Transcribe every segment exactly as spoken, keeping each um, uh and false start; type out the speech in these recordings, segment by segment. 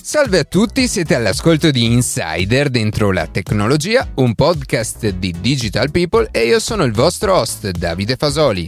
Salve a tutti, siete all'ascolto di Insider dentro la tecnologia, un podcast di Digital People e io sono il vostro host Davide Fasoli.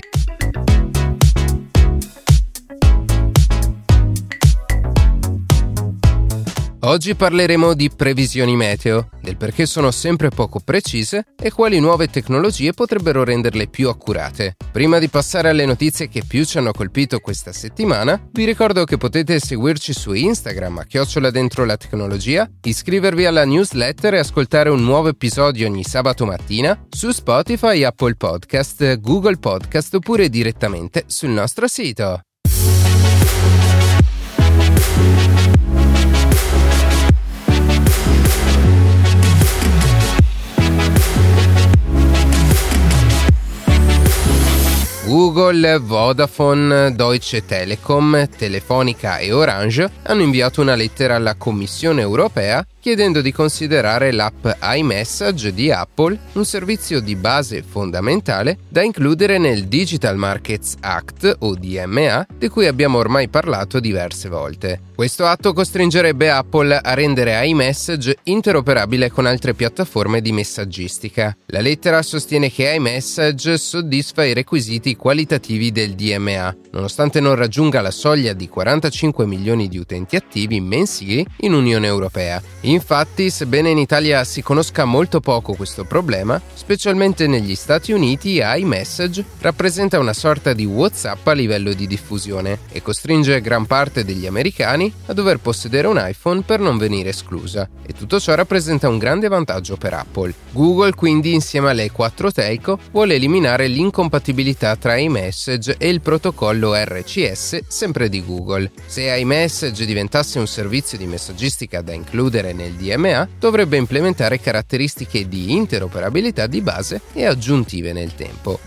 Oggi parleremo di previsioni meteo, del perché sono sempre poco precise e quali nuove tecnologie potrebbero renderle più accurate. Prima di passare alle notizie che più ci hanno colpito questa settimana, vi ricordo che potete seguirci su Instagram a chiocciola dentro la tecnologia, iscrivervi alla newsletter e ascoltare un nuovo episodio ogni sabato mattina su Spotify, Apple Podcast, Google Podcast oppure direttamente sul nostro sito. Google, Vodafone, Deutsche Telekom, Telefonica e Orange hanno inviato una lettera alla Commissione europea chiedendo di considerare l'app iMessage di Apple un servizio di base fondamentale da includere nel Digital Markets Act o D M A di cui abbiamo ormai parlato diverse volte. Questo atto costringerebbe Apple a rendere iMessage interoperabile con altre piattaforme di messaggistica. La lettera sostiene che iMessage soddisfa i requisiti qualitativi del D M A, nonostante non raggiunga la soglia di quarantacinque milioni di utenti attivi mensili in Unione Europea. Infatti, sebbene in Italia si conosca molto poco questo problema, specialmente negli Stati Uniti iMessage rappresenta una sorta di WhatsApp a livello di diffusione e costringe gran parte degli americani a dover possedere un iPhone per non venire esclusa, e tutto ciò rappresenta un grande vantaggio per Apple. Google quindi, insieme alle quattro telco, vuole eliminare l'incompatibilità tra iMessage e il protocollo R C S sempre di Google. Se iMessage diventasse un servizio di messaggistica da includere nel D M A, dovrebbe implementare caratteristiche di interoperabilità di base e aggiuntive nel tempo.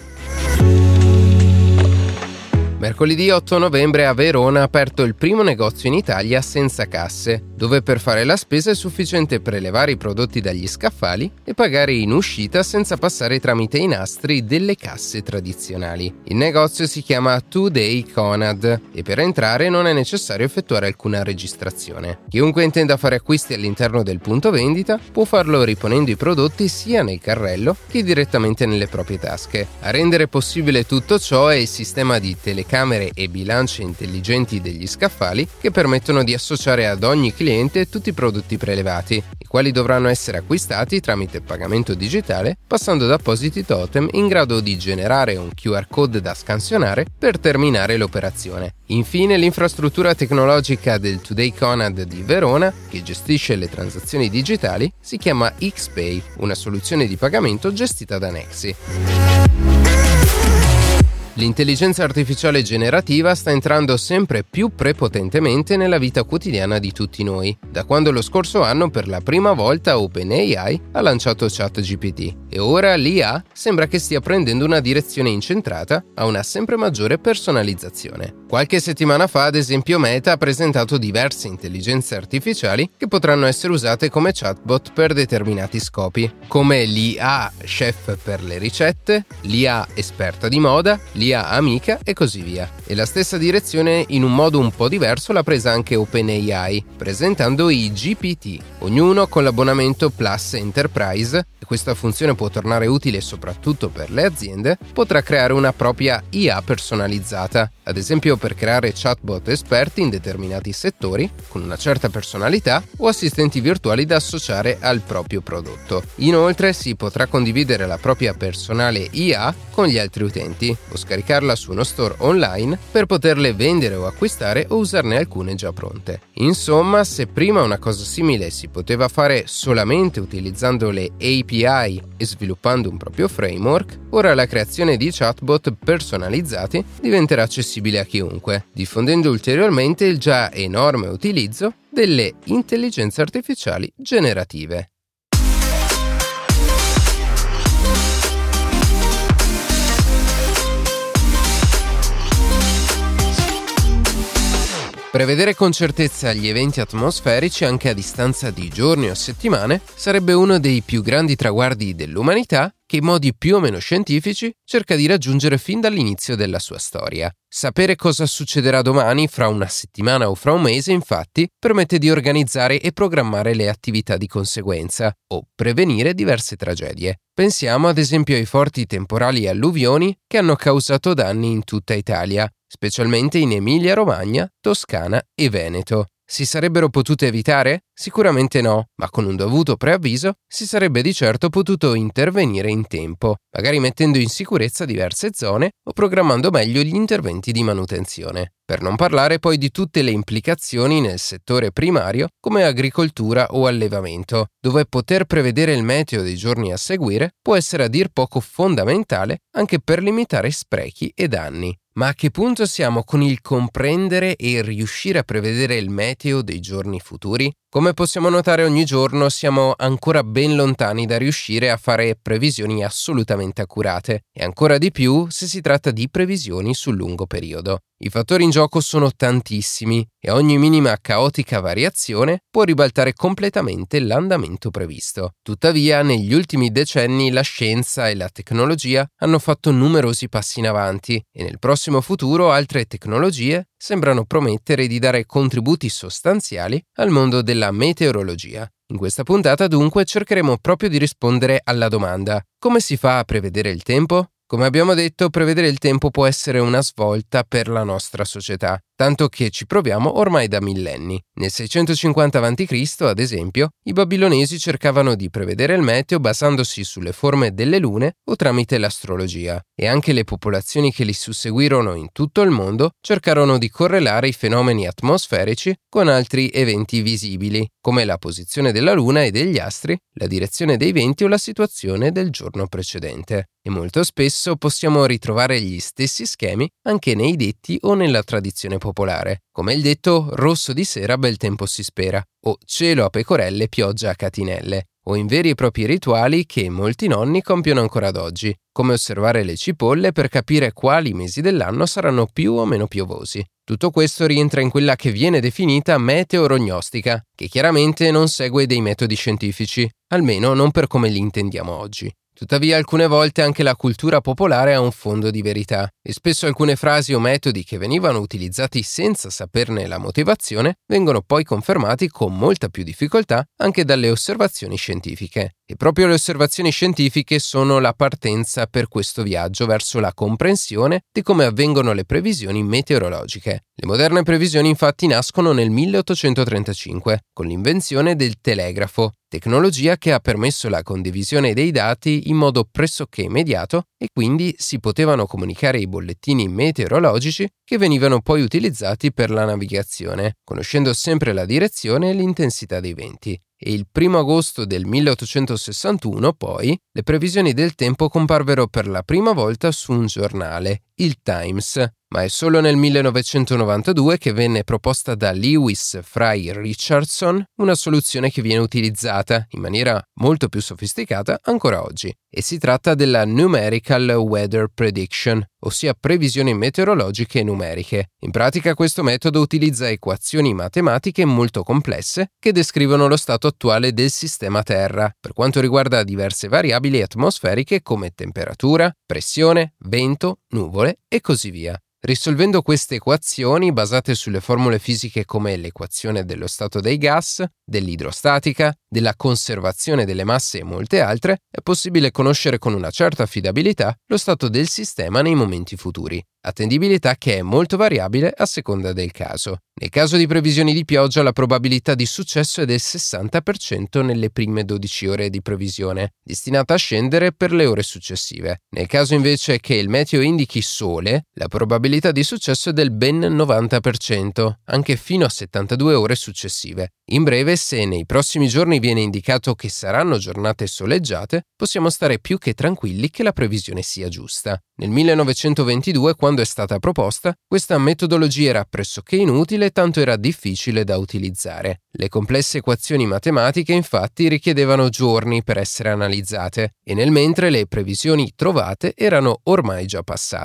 Mercoledì otto novembre a Verona ha aperto il primo negozio in Italia senza casse, dove per fare la spesa è sufficiente prelevare i prodotti dagli scaffali e pagare in uscita senza passare tramite i nastri delle casse tradizionali. Il negozio si chiama Today Conad e per entrare non è necessario effettuare alcuna registrazione. Chiunque intenda fare acquisti all'interno del punto vendita può farlo riponendo i prodotti sia nel carrello che direttamente nelle proprie tasche. A rendere possibile tutto ciò è il sistema di telecamere camere e bilanci intelligenti degli scaffali che permettono di associare ad ogni cliente tutti i prodotti prelevati, i quali dovranno essere acquistati tramite pagamento digitale passando da appositi totem in grado di generare un Q R code da scansionare per terminare l'operazione. Infine, l'infrastruttura tecnologica del Today Conad di Verona, che gestisce le transazioni digitali, si chiama Xpay, una soluzione di pagamento gestita da Nexi. L'intelligenza artificiale generativa sta entrando sempre più prepotentemente nella vita quotidiana di tutti noi, da quando lo scorso anno per la prima volta OpenAI ha lanciato ChatGPT, e ora l'I A sembra che stia prendendo una direzione incentrata a una sempre maggiore personalizzazione. Qualche settimana fa, ad esempio, Meta ha presentato diverse intelligenze artificiali che potranno essere usate come chatbot per determinati scopi, come l'I A chef per le ricette, l'I A esperta di moda, l'I A amica e così via. E la stessa direzione, in un modo un po' diverso, l'ha presa anche OpenAI, presentando i G P T, ognuno con l'abbonamento Plus Enterprise, e questa funzione può tornare utile soprattutto per le aziende, potrà creare una propria I A personalizzata, ad esempio per creare chatbot esperti in determinati settori, con una certa personalità, o assistenti virtuali da associare al proprio prodotto. Inoltre si potrà condividere la propria personale I A con gli altri utenti, o scaricarla su uno store online per poterle vendere o acquistare o usarne alcune già pronte. Insomma, se prima una cosa simile si poteva fare solamente utilizzando le A P I e sviluppando un proprio framework, ora la creazione di chatbot personalizzati diventerà accessibile a chiunque, diffondendo ulteriormente il già enorme utilizzo delle intelligenze artificiali generative. Prevedere con certezza gli eventi atmosferici anche a distanza di giorni o settimane sarebbe uno dei più grandi traguardi dell'umanità che in modi più o meno scientifici cerca di raggiungere fin dall'inizio della sua storia. Sapere cosa succederà domani, fra una settimana o fra un mese, infatti, permette di organizzare e programmare le attività di conseguenza o prevenire diverse tragedie. Pensiamo ad esempio ai forti temporali e alluvioni che hanno causato danni in tutta Italia, specialmente in Emilia-Romagna, Toscana e Veneto. Si sarebbero potute evitare? Sicuramente no, ma con un dovuto preavviso si sarebbe di certo potuto intervenire in tempo, magari mettendo in sicurezza diverse zone o programmando meglio gli interventi di manutenzione. Per non parlare poi di tutte le implicazioni nel settore primario come agricoltura o allevamento, dove poter prevedere il meteo dei giorni a seguire può essere a dir poco fondamentale anche per limitare sprechi e danni. Ma a che punto siamo con il comprendere e riuscire a prevedere il meteo dei giorni futuri? Come possiamo notare ogni giorno siamo ancora ben lontani da riuscire a fare previsioni assolutamente accurate, e ancora di più se si tratta di previsioni sul lungo periodo. I fattori in gioco sono tantissimi e ogni minima caotica variazione può ribaltare completamente l'andamento previsto. Tuttavia, negli ultimi decenni la scienza e la tecnologia hanno fatto numerosi passi in avanti e nel prossimo futuro altre tecnologie sembrano promettere di dare contributi sostanziali al mondo della meteorologia. In questa puntata dunque cercheremo proprio di rispondere alla domanda: come si fa a prevedere il tempo? Come abbiamo detto, prevedere il tempo può essere una svolta per la nostra società, tanto che ci proviamo ormai da millenni. Nel seicentocinquanta avanti Cristo, ad esempio, i babilonesi cercavano di prevedere il meteo basandosi sulle forme delle lune o tramite l'astrologia, e anche le popolazioni che li susseguirono in tutto il mondo cercarono di correlare i fenomeni atmosferici con altri eventi visibili, come la posizione della luna e degli astri, la direzione dei venti o la situazione del giorno precedente. E molto spesso possiamo ritrovare gli stessi schemi anche nei detti o nella tradizione popolare, come il detto «rosso di sera bel tempo si spera» o «cielo a pecorelle, pioggia a catinelle», o in veri e propri rituali che molti nonni compiono ancora ad oggi, come osservare le cipolle per capire quali mesi dell'anno saranno più o meno piovosi. Tutto questo rientra in quella che viene definita meteorognostica, che chiaramente non segue dei metodi scientifici, almeno non per come li intendiamo oggi. Tuttavia alcune volte anche la cultura popolare ha un fondo di verità e spesso alcune frasi o metodi che venivano utilizzati senza saperne la motivazione vengono poi confermati con molta più difficoltà anche dalle osservazioni scientifiche. E proprio le osservazioni scientifiche sono la partenza per questo viaggio verso la comprensione di come avvengono le previsioni meteorologiche. Le moderne previsioni infatti nascono nel milleottocentotrentacinque con l'invenzione del telegrafo, tecnologia che ha permesso la condivisione dei dati in modo pressoché immediato e quindi si potevano comunicare i bollettini meteorologici che venivano poi utilizzati per la navigazione, conoscendo sempre la direzione e l'intensità dei venti. E il primo agosto del milleottocentosessantuno, poi, le previsioni del tempo comparvero per la prima volta su un giornale, il Times, ma è solo nel millenovecentonovantadue che venne proposta da Lewis Fry Richardson una soluzione che viene utilizzata in maniera molto più sofisticata ancora oggi, e si tratta della Numerical Weather Prediction, ossia previsioni meteorologiche numeriche. In pratica questo metodo utilizza equazioni matematiche molto complesse che descrivono lo stato attuale del sistema Terra per quanto riguarda diverse variabili atmosferiche come temperatura, pressione, vento, nuvole e così via. Risolvendo queste equazioni basate sulle formule fisiche come l'equazione dello stato dei gas, dell'idrostatica, della conservazione delle masse e molte altre, è possibile conoscere con una certa affidabilità lo stato del sistema nei momenti futuri, attendibilità che è molto variabile a seconda del caso. Nel caso di previsioni di pioggia la probabilità di successo è del sessanta per cento nelle prime dodici ore di previsione, destinata a scendere per le ore successive. Nel caso invece che il meteo indichi sole, la probabilità di successo è del ben novanta per cento, anche fino a settantadue ore successive. In breve, se nei prossimi giorni viene indicato che saranno giornate soleggiate, possiamo stare più che tranquilli che la previsione sia giusta. Nel millenovecentoventidue, quando è stata proposta, questa metodologia era pressoché inutile, tanto era difficile da utilizzare. Le complesse equazioni matematiche infatti richiedevano giorni per essere analizzate e nel mentre le previsioni trovate erano ormai già passate.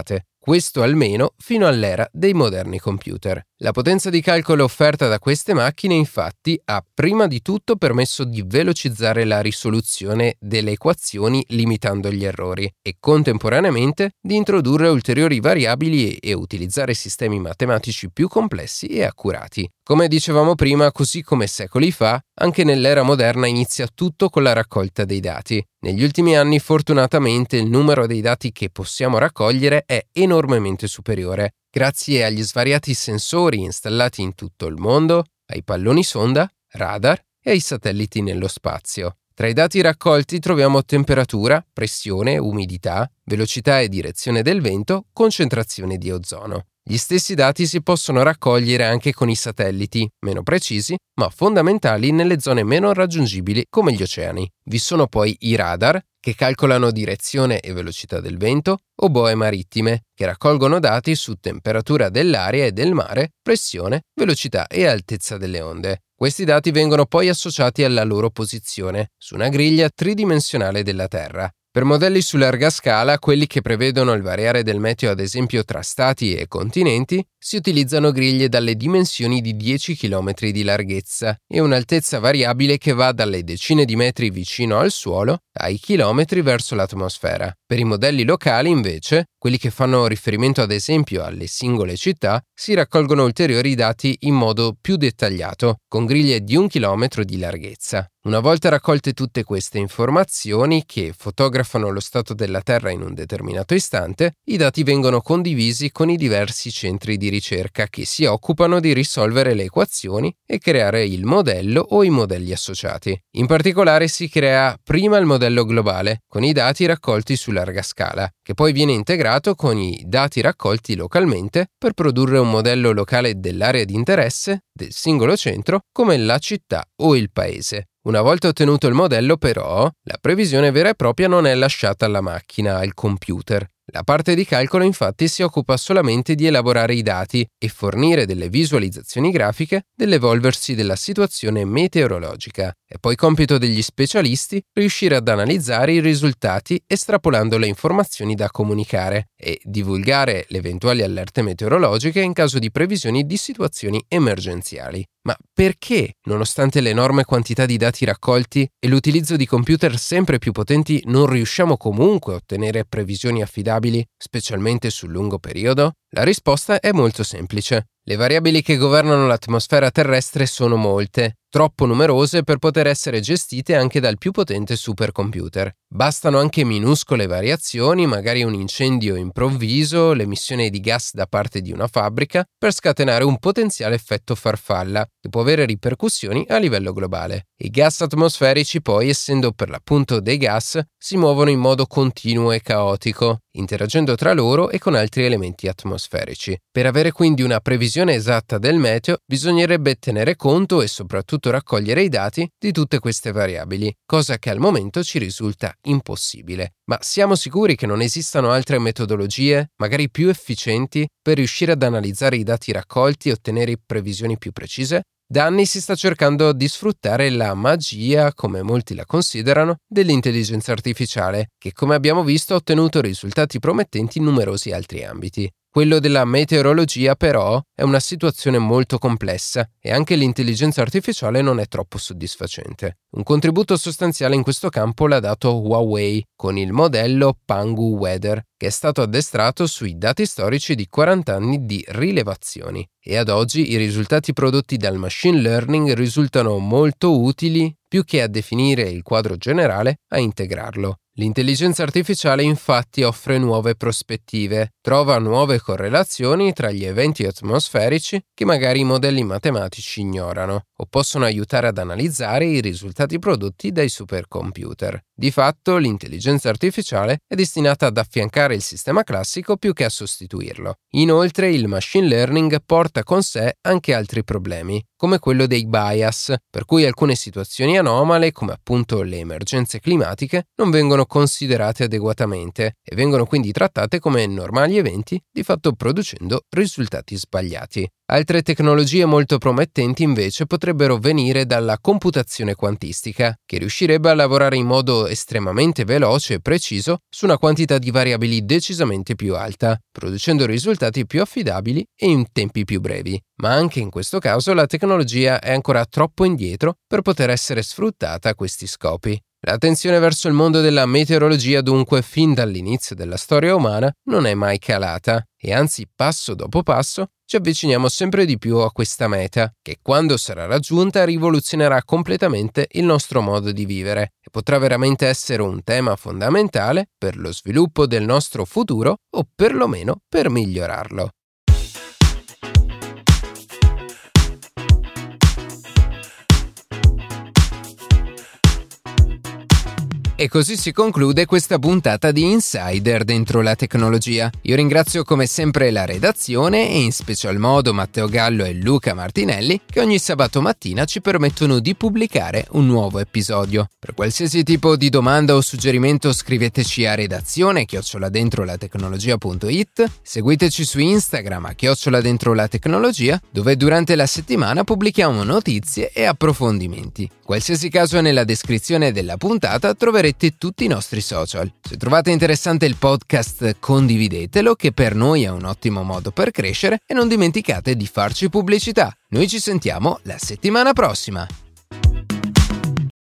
questo almeno fino all'era dei moderni computer. La potenza di calcolo offerta da queste macchine infatti ha prima di tutto permesso di velocizzare la risoluzione delle equazioni limitando gli errori e contemporaneamente di introdurre ulteriori variabili e, e utilizzare sistemi matematici più complessi e accurati. Come dicevamo prima, così come secoli fa, anche nell'era moderna inizia tutto con la raccolta dei dati. Negli ultimi anni, fortunatamente, il numero dei dati che possiamo raccogliere è enormemente superiore, grazie agli svariati sensori installati in tutto il mondo, ai palloni sonda, radar e ai satelliti nello spazio. Tra i dati raccolti troviamo temperatura, pressione, umidità, velocità e direzione del vento, concentrazione di ozono. Gli stessi dati si possono raccogliere anche con i satelliti, meno precisi, ma fondamentali nelle zone meno raggiungibili come gli oceani. Vi sono poi i radar, che calcolano direzione e velocità del vento, o boe marittime, che raccolgono dati su temperatura dell'aria e del mare, pressione, velocità e altezza delle onde. Questi dati vengono poi associati alla loro posizione su una griglia tridimensionale della Terra. Per modelli su larga scala, quelli che prevedono il variare del meteo ad esempio tra stati e continenti, si utilizzano griglie dalle dimensioni di dieci chilometri di larghezza e un'altezza variabile che va dalle decine di metri vicino al suolo ai chilometri verso l'atmosfera. Per i modelli locali, invece, quelli che fanno riferimento ad esempio alle singole città, si raccolgono ulteriori dati in modo più dettagliato, con griglie di un chilometro di larghezza. Una volta raccolte tutte queste informazioni che fotografano lo stato della Terra in un determinato istante, i dati vengono condivisi con i diversi centri di ricerca che si occupano di risolvere le equazioni e creare il modello o i modelli associati. In particolare si crea prima il modello globale, con i dati raccolti su larga scala, che poi viene integrato con i dati raccolti localmente per produrre un modello locale dell'area di interesse del singolo centro come la città o il paese. Una volta ottenuto il modello, però, la previsione vera e propria non è lasciata alla macchina, al computer. La parte di calcolo infatti si occupa solamente di elaborare i dati e fornire delle visualizzazioni grafiche dell'evolversi della situazione meteorologica. È poi compito degli specialisti riuscire ad analizzare i risultati estrapolando le informazioni da comunicare e divulgare le eventuali allerte meteorologiche in caso di previsioni di situazioni emergenziali. Ma perché, nonostante l'enorme quantità di dati raccolti e l'utilizzo di computer sempre più potenti, non riusciamo comunque a ottenere previsioni affidabili, specialmente sul lungo periodo? La risposta è molto semplice. Le variabili che governano l'atmosfera terrestre sono molte, troppo numerose per poter essere gestite anche dal più potente supercomputer. Bastano anche minuscole variazioni, magari un incendio improvviso, l'emissione di gas da parte di una fabbrica, per scatenare un potenziale effetto farfalla, che può avere ripercussioni a livello globale. I gas atmosferici poi, essendo per l'appunto dei gas, si muovono in modo continuo e caotico, interagendo tra loro e con altri elementi atmosferici. Per avere quindi una previsione esatta del meteo, bisognerebbe tenere conto e soprattutto raccogliere i dati di tutte queste variabili, cosa che al momento ci risulta impossibile. Ma siamo sicuri che non esistano altre metodologie, magari più efficienti, per riuscire ad analizzare i dati raccolti e ottenere previsioni più precise? Da anni si sta cercando di sfruttare la magia, come molti la considerano, dell'intelligenza artificiale, che come abbiamo visto ha ottenuto risultati promettenti in numerosi altri ambiti. Quello della meteorologia, però, è una situazione molto complessa e anche l'intelligenza artificiale non è troppo soddisfacente. Un contributo sostanziale in questo campo l'ha dato Huawei con il modello Pangu Weather, che è stato addestrato sui dati storici di quaranta anni di rilevazioni. E ad oggi i risultati prodotti dal machine learning risultano molto utili, più che a definire il quadro generale, a integrarlo. L'intelligenza artificiale infatti offre nuove prospettive, trova nuove correlazioni tra gli eventi atmosferici che magari i modelli matematici ignorano, o possono aiutare ad analizzare i risultati prodotti dai supercomputer. Di fatto, l'intelligenza artificiale è destinata ad affiancare il sistema classico più che a sostituirlo. Inoltre, il machine learning porta con sé anche altri problemi, come quello dei bias, per cui alcune situazioni anomale, come appunto le emergenze climatiche, non vengono considerate adeguatamente e vengono quindi trattate come normali agli eventi, di fatto producendo risultati sbagliati. Altre tecnologie molto promettenti invece potrebbero venire dalla computazione quantistica, che riuscirebbe a lavorare in modo estremamente veloce e preciso su una quantità di variabili decisamente più alta, producendo risultati più affidabili e in tempi più brevi. Ma anche in questo caso la tecnologia è ancora troppo indietro per poter essere sfruttata a questi scopi. L'attenzione verso il mondo della meteorologia dunque fin dall'inizio della storia umana non è mai calata e anzi passo dopo passo ci avviciniamo sempre di più a questa meta che quando sarà raggiunta rivoluzionerà completamente il nostro modo di vivere e potrà veramente essere un tema fondamentale per lo sviluppo del nostro futuro o perlomeno per migliorarlo. E così si conclude questa puntata di Insider dentro la tecnologia. Io ringrazio come sempre la redazione e in special modo Matteo Gallo e Luca Martinelli che ogni sabato mattina ci permettono di pubblicare un nuovo episodio. Per qualsiasi tipo di domanda o suggerimento scriveteci a redazione chiocciola dentro la tecnologia punto it, seguiteci su Instagram a chiocciola dentro la tecnologia, dove durante la settimana pubblichiamo notizie e approfondimenti. Qualsiasi caso nella descrizione della puntata troverete tutti i nostri social. Se trovate interessante il podcast, condividetelo, che per noi è un ottimo modo per crescere, e non dimenticate di farci pubblicità. Noi ci sentiamo la settimana prossima.